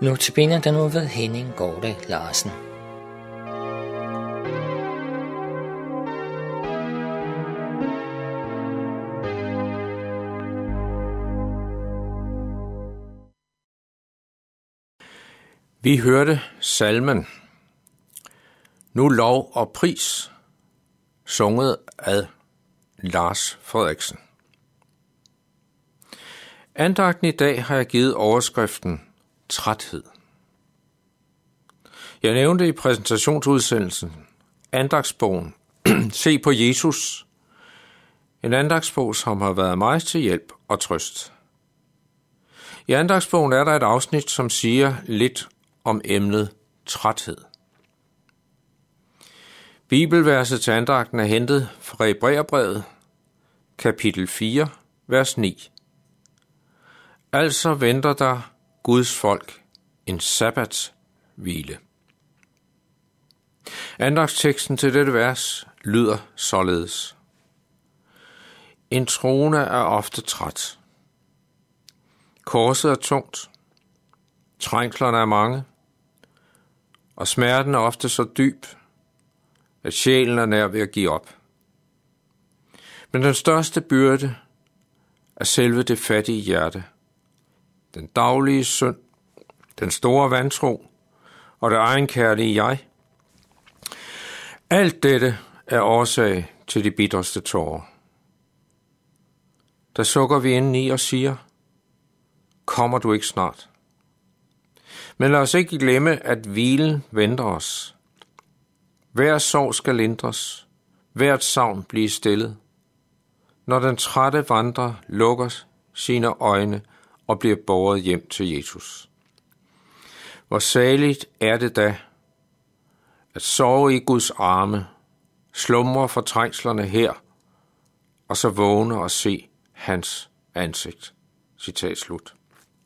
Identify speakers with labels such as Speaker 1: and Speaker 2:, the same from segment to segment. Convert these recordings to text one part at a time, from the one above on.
Speaker 1: Notabene den nu ved Henning Gårde Larsen.
Speaker 2: Vi hørte salmen Nu lov og pris, sunget af Lars Frederiksen. Andagten i dag har jeg givet overskriften Træthed. Jeg nævnte i præsentationsudsendelsen andagsbogen Se på Jesus, en andagsbog, som har været mig til hjælp og trøst. I andagsbogen er der et afsnit, som siger lidt om emnet træthed. Bibelverset til andagten er hentet fra Hebræerbrevet, kapitel 4, vers 9. Altså venter der Guds folk en sabbatshvile. Andagsteksten til dette vers lyder således. En troende er ofte træt. Korset er tungt. Trængslerne er mange. Og smerten er ofte så dyb, at sjælen er nær ved at give op. Men den største byrde er selve det fattige hjerte. Den daglige synd, den store vantro og det egenkærlige jeg. Alt dette er årsag til de bitreste tårer. Der sukker vi indeni og siger, kommer du ikke snart? Men lad os ikke glemme, at hvilen venter os. Hver sorg skal lindres, hvert savn blive stillet. Når den trætte vandrer lukker sine øjne og bliver båret hjem til Jesus. Hvor saligt er det da, at sove i Guds arme, slumre for trængslerne her, og så vågne og se hans ansigt. Citat slut.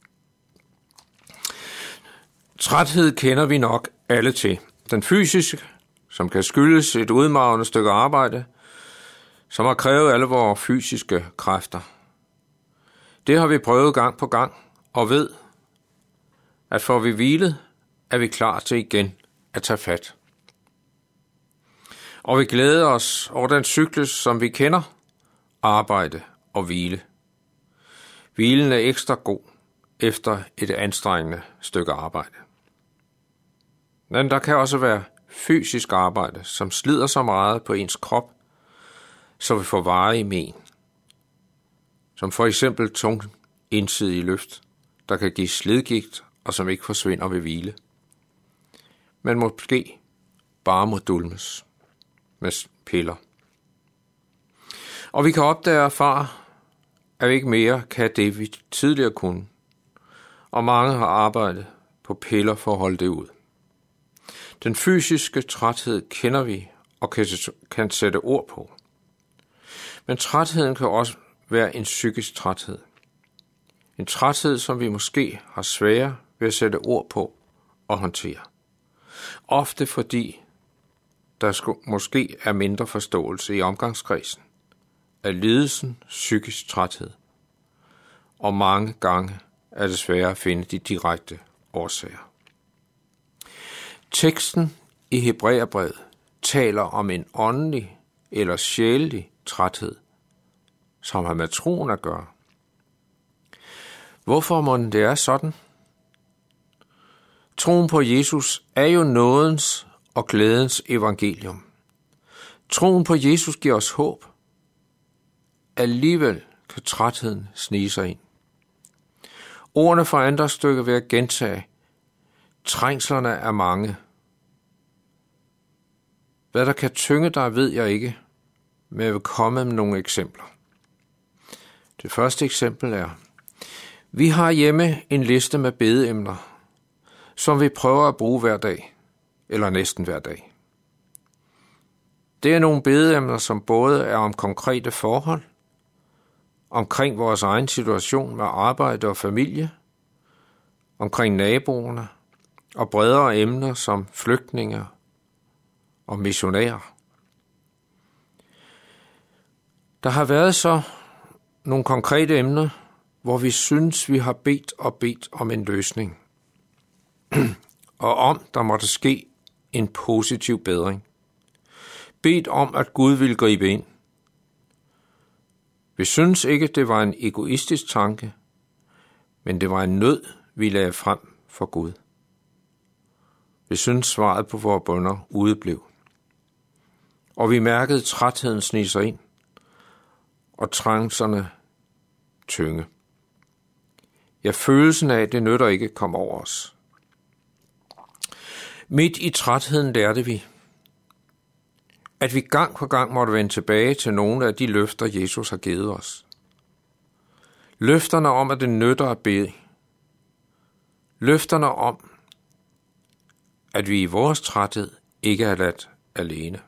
Speaker 2: Træthed kender vi nok alle til. Den fysiske, som kan skyldes et udmarvende stykke arbejde, som har krævet alle vores fysiske kræfter. Det har vi prøvet gang på gang, og ved, at får vi hvilet, er vi klar til igen at tage fat. Og vi glæder os over den cyklus, som vi kender, arbejde og hvile. Hvilen er ekstra god efter et anstrengende stykke arbejde. Men der kan også være fysisk arbejde, som slider så meget på ens krop, så vi får varige men. Som for eksempel tung ensidig løft, der kan give slidgigt og som ikke forsvinder ved hvile. Men måske bare må dulmes med piller. Og vi kan opdage og erfare, at vi ikke mere kan det, vi tidligere kunne. Og mange har arbejdet på piller for at holde det ud. Den fysiske træthed kender vi og kan sætte ord på. Men trætheden kan også være en psykisk træthed. En træthed, som vi måske har svære ved at sætte ord på og håndtere. Ofte fordi der måske er mindre forståelse i omgangskredsen af lidelsen psykisk træthed. Og mange gange er det svært at finde de direkte årsager. Teksten i Hebræerbrevet taler om en åndelig eller sjælelig træthed, som har med troen at gøre. Hvorfor må det er sådan? Troen på Jesus er jo nådens og glædens evangelium. Troen på Jesus giver os håb. Alligevel kan trætheden snige sig ind. Ordene fra andre stykker vil jeg gentage. Trængslerne er mange. Hvad der kan tynge dig, ved jeg ikke, men jeg vil komme med nogle eksempler. Det første eksempel er, vi har hjemme en liste med bedeemner, som vi prøver at bruge hver dag, eller næsten hver dag. Det er nogle bedeemner, som både er om konkrete forhold, omkring vores egen situation med arbejde og familie, omkring naboerne, og bredere emner som flygtninge og missionærer. Der har været så nogle konkrete emner, hvor vi synes, vi har bedt om en løsning. og om der måtte ske en positiv bedring. Bedt om, at Gud ville gribe ind. Vi synes ikke, det var en egoistisk tanke, men det var en nød, vi lagde frem for Gud. Vi synes svaret på vores bønner udeblev. Og vi mærkede trætheden snige sig ind, og trængserne tynge. Ja, følelsen af, at det nytter ikke, kom over os. Midt i trætheden lærte vi, at vi gang på gang måtte vende tilbage til nogle af de løfter, Jesus har givet os. Løfterne om, at det nytter at bede. Løfterne om, at vi i vores træthed ikke er ladt alene.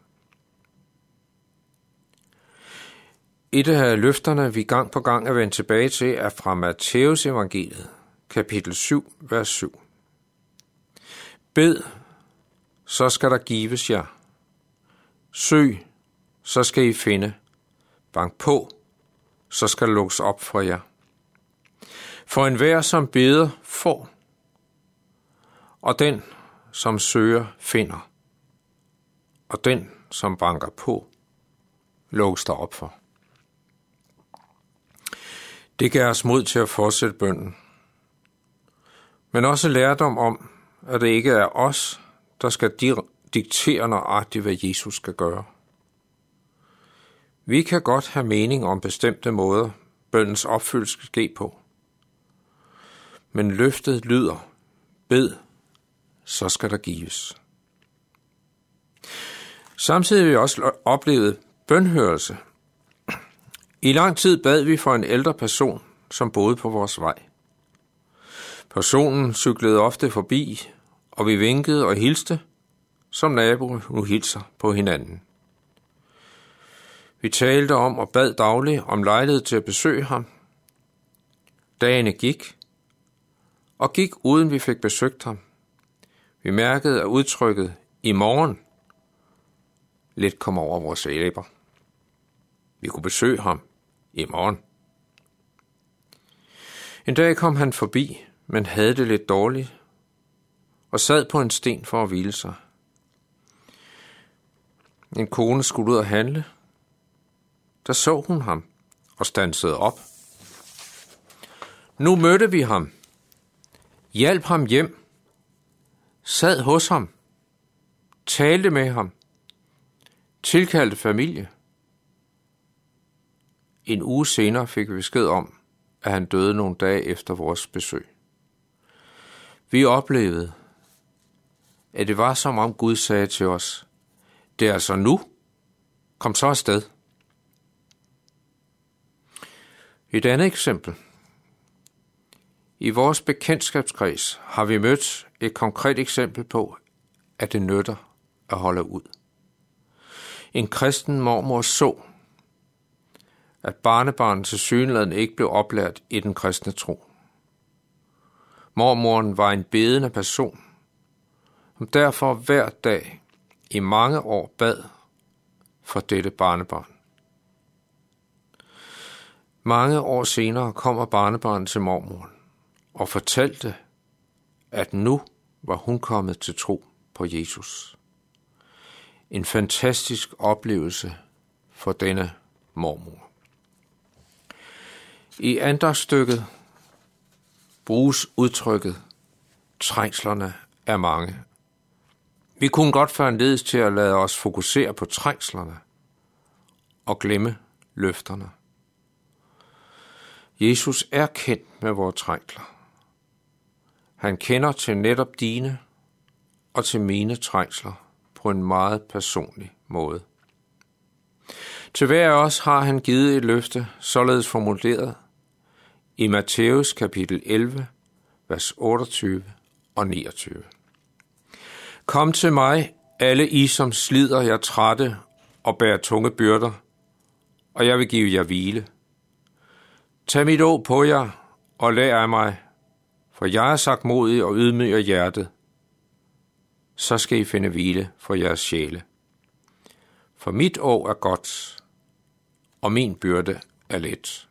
Speaker 2: Et af løfterne, vi gang på gang er vendt tilbage til, er fra Matthæus evangeliet, kapitel 7, vers 7. Bed, så skal der gives jer. Søg, så skal I finde. Bank på, så skal der lukkes op for jer. For enhver, som beder, får, og den, som søger, finder, og den, som banker på, lukkes der op for. Det gav os mod til at fortsætte bønnen, men også lærdom om, at det ikke er os, der skal diktere nøjagtigt, hvad Jesus skal gøre. Vi kan godt have mening om bestemte måder, bønnens opfyldelse skal ske på. Men løftet lyder, bed, så skal der gives. Samtidig har vi også oplevet bønhørelse. I lang tid bad vi for en ældre person, som boede på vores vej. Personen cyklede ofte forbi, og vi vinkede og hilste, som naboer nu hilser på hinanden. Vi talte om og bad dagligt om lejlighed til at besøge ham. Dagene gik, og gik uden vi fik besøgt ham. Vi mærkede, at udtrykket i morgen lidt kom over vores læber. Vi kunne besøge ham i morgen. En dag kom han forbi, men havde det lidt dårligt, og sad på en sten for at hvile sig. En kone skulle ud at handle. Der så hun ham og standsede op. Nu mødte vi ham, hjalp ham hjem, sad hos ham, talte med ham, tilkaldte familie. En uge senere fik vi besked om, at han døde nogle dage efter vores besøg. Vi oplevede, at det var som om Gud sagde til os, det er altså nu, kom så afsted. Et andet eksempel. I vores bekendtskabskreds har vi mødt et konkret eksempel på, at det nytter at holde ud. En kristen mormor så, at barnebarnet tilsyneladende ikke blev oplært i den kristne tro. Mormoren var en bedende person, som derfor hver dag i mange år bad for dette barnebarn. Mange år senere kommer barnebarnet til mormoren og fortalte, at nu var hun kommet til tro på Jesus. En fantastisk oplevelse for denne mormor. I andagtsstykket bruges udtrykket, trængslerne er mange. Vi kunne godt foranledes til at lade os fokusere på trængslerne og glemme løfterne. Jesus er kendt med vores trængsler. Han kender til netop dine og til mine trængsler på en meget personlig måde. Til hver af os har han givet et løfte, således formuleret i Matthæus kapitel 11, vers 28 og 29. Kom til mig, alle I, som slider jer trætte og bærer tunge byrder, og jeg vil give jer hvile. Tag mit åg på jer og lær af mig, for jeg er sagtmodig og ydmyg af hjertet. Så skal I finde hvile for jeres sjæle. For mit åg er godt, og min byrde er let.